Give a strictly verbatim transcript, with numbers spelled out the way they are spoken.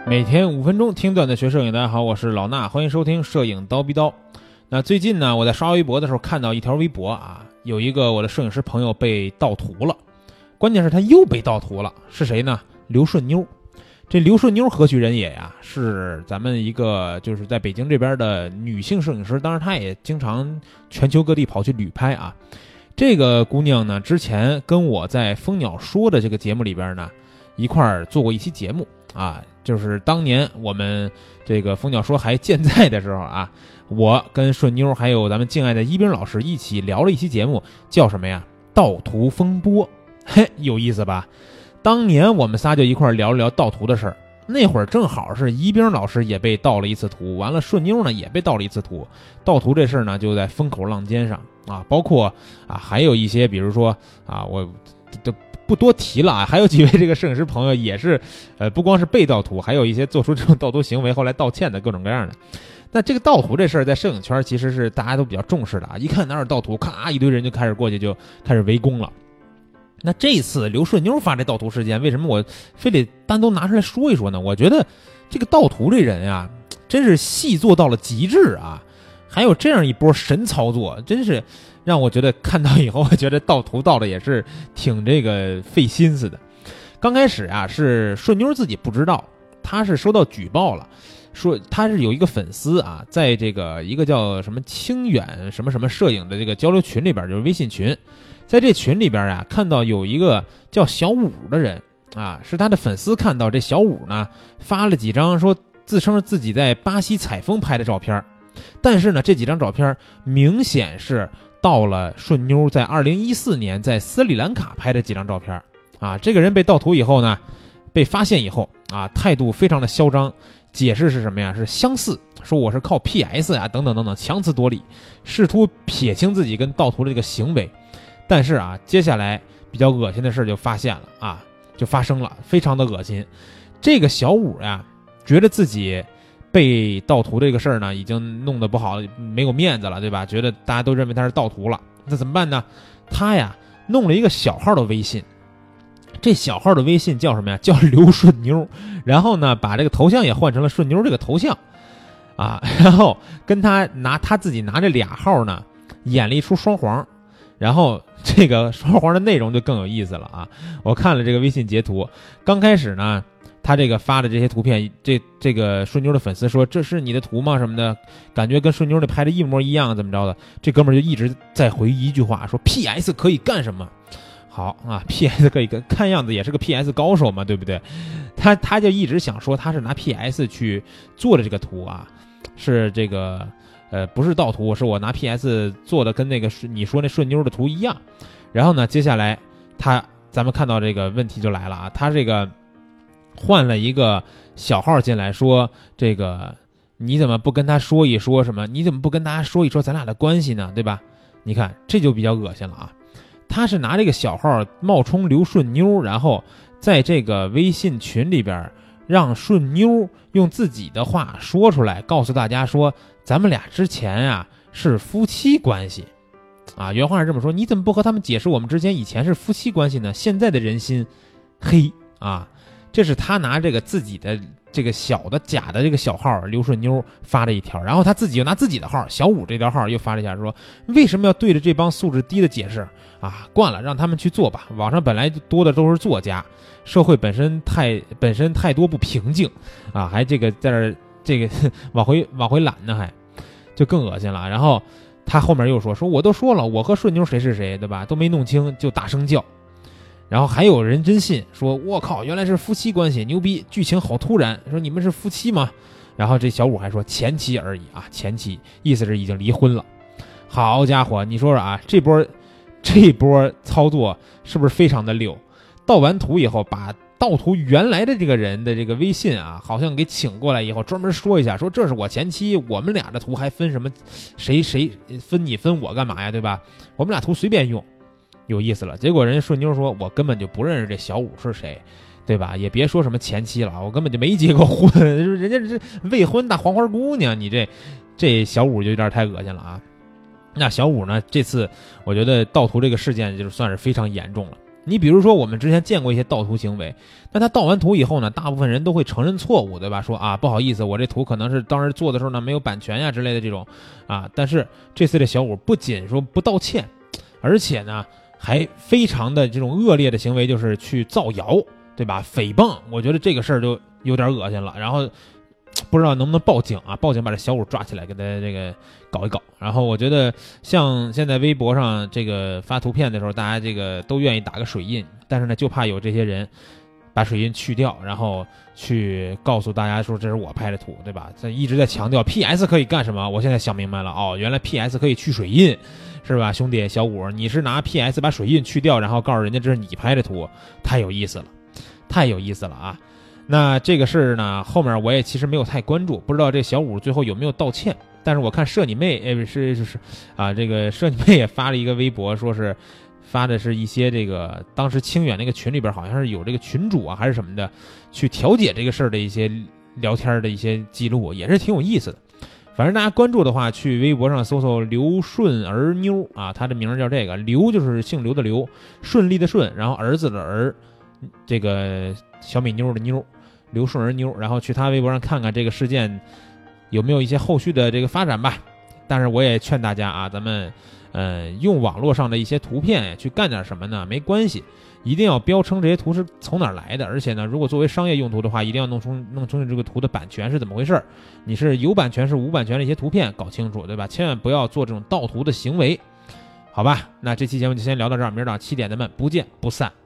每天五分钟听段子学摄影，大家好，我是老衲，欢迎收听摄影刀逼刀。那最近呢，我在刷微博的时候看到一条微博啊，有一个我的摄影师朋友被盗图了，关键是他又被盗图了，是谁呢？刘顺妞。这刘顺妞何许人也呀？是咱们一个就是在北京这边的女性摄影师，当然她也经常全球各地跑去旅拍啊。这个姑娘呢，之前跟我在蜂鸟说的这个节目里边呢，一块儿做过一期节目啊，就是当年我们这个蜂鸟说还健在的时候啊，我跟顺妞还有咱们敬爱的一冰老师一起聊了一期节目，叫什么呀？盗图风波，嘿，有意思吧？当年我们仨就一块聊了聊盗图的事儿，那会儿正好是一冰老师也被盗了一次图，完了顺妞呢也被盗了一次图，盗图这事儿呢就在风口浪尖上啊，包括啊还有一些比如说啊我都不多提了啊，还有几位这个摄影师朋友也是呃不光是被盗图，还有一些做出这种盗图行为后来道歉的各种各样的。那这个盗图这事儿在摄影圈其实是大家都比较重视的啊，一看哪有盗图，咔一堆人就开始过去就开始围攻了。那这次刘顺妞发这盗图事件，为什么我非得单独拿出来说一说呢？我觉得这个盗图这人啊，真是细做到了极致啊！还有这样一波神操作，真是让我觉得看到以后，我觉得盗图盗的也是挺这个费心思的。刚开始啊，是顺妞自己不知道，他是收到举报了，说他是有一个粉丝啊，在这个一个叫什么清远什么什么摄影的这个交流群里边，就是微信群。在这群里边啊，看到有一个叫小五的人啊，是他的粉丝，看到这小五呢发了几张说自称自己在巴西采风拍的照片，但是呢这几张照片明显是到了顺妞在二零一四年在斯里兰卡拍的几张照片啊。这个人被盗图以后呢，被发现以后啊，态度非常的嚣张，解释是什么呀？是相似，说我是靠 P S 啊等等等等，强词夺理，试图撇清自己跟盗图的这个行为。但是啊，接下来比较恶心的事就发现了啊，就发生了，非常的恶心。这个小五呀，觉得自己被盗图这个事儿呢，已经弄得不好，没有面子了，对吧？觉得大家都认为他是盗图了，那怎么办呢？他呀，弄了一个小号的微信，这小号的微信叫什么呀？叫刘顺妞。然后呢，把这个头像也换成了顺妞这个头像，啊，然后跟他拿他自己拿这俩号呢，演了一出双簧。然后这个双簧的内容就更有意思了啊！我看了这个微信截图，刚开始呢，他这个发的这些图片，这这个顺妞的粉丝说这是你的图吗？什么的，感觉跟顺妞的拍的一模一样，怎么着的？这哥们儿就一直在回一句话，说 P S 可以干什么？好啊 ，P S 可以干，看样子也是个 P S 高手嘛，对不对？他他就一直想说他是拿 P S 去做的这个图啊，是这个。呃，不是盗图，是我拿 P S 做的，跟那个你说那顺妞的图一样。然后呢，接下来他咱们看到这个问题就来了啊，他这个换了一个小号进来，说这个你怎么不跟他说一说什么？你怎么不跟大家说一说咱俩的关系呢？对吧？你看这就比较恶心了啊！他是拿这个小号冒充刘顺妞，然后在这个微信群里边让顺妞用自己的话说出来，告诉大家说咱们俩之前啊是夫妻关系啊，原话是这么说，你怎么不和他们解释我们之前以前是夫妻关系呢？现在的人心黑啊！这是他拿这个自己的这个小的假的这个小号刘顺妞发了一条，然后他自己又拿自己的号小五这条号又发了一下，说为什么要对着这帮素质低的解释啊？惯了，让他们去做吧。网上本来多的都是作家，社会本身太本身太多不平静啊，还这个在这这个往回往回揽呢，还就更恶心了。然后他后面又说说我都说了，我和顺妞谁是谁，对吧？都没弄清就大声叫。然后还有人真信，说我靠，原来是夫妻关系，牛逼，剧情好突然，说你们是夫妻吗？然后这小五还说前妻而已啊，前妻，意思是已经离婚了。好家伙，你说说啊，这波这波操作是不是非常的溜？盗完图以后，把盗图原来的这个人的这个微信啊，好像给请过来以后，专门说一下，说这是我前妻，我们俩的图还分什么谁谁分你分我干嘛呀，对吧？我们俩图随便用。有意思了，结果人家顺妞说我根本就不认识这小五是谁，对吧？也别说什么前妻了，我根本就没结过婚，人家是未婚大黄花姑娘，你这这小五就有点太恶心了啊。那小五呢，这次我觉得盗图这个事件就算是非常严重了你比如说我们之前见过一些盗图行为，那他盗完图以后呢，大部分人都会承认错误，对吧？说啊不好意思，我这图可能是当时做的时候呢没有版权呀之类的这种啊。但是这次这小五不仅说不道歉，而且呢还非常的这种恶劣的行为，就是去造谣，对吧？诽谤，我觉得这个事儿就有点恶心了。然后不知道能不能报警啊？报警把这小五抓起来，给他这个搞一搞。然后我觉得像现在微博上这个发图片的时候，大家这个都愿意打个水印，但是呢，就怕有这些人把水印去掉，然后去告诉大家说这是我拍的图，对吧？这一直在强调 P S 可以干什么？我现在想明白了哦，原来 P S 可以去水印，是吧？兄弟小五，你是拿 P S 把水印去掉，然后告诉人家这是你拍的图，太有意思了，太有意思了啊！那这个事呢，后面我也其实没有太关注，不知道这小五最后有没有道歉。但是我看社你妹，哎，是是是啊，这个社你妹也发了一个微博，说是发的是一些这个当时清远那个群里边好像是有这个群主啊还是什么的，去调解这个事儿的一些聊天的一些记录，也是挺有意思的。反正大家关注的话，去微博上搜搜刘顺儿妞啊，他的名叫这个刘，就是姓刘的刘，顺利的顺，然后儿子的儿，这个小美妞的妞，刘顺儿妞，然后去他微博上看看这个事件有没有一些后续的这个发展吧。但是我也劝大家啊，咱们呃用网络上的一些图片去干点什么呢？没关系，一定要标称这些图是从哪儿来的，而且呢，如果作为商业用途的话，一定要弄出弄清楚这个图的版权是怎么回事，你是有版权是无版权的一些图片搞清楚，对吧？千万不要做这种盗图的行为，好吧？那这期节目就先聊到这儿，明儿早上七点咱们不见不散。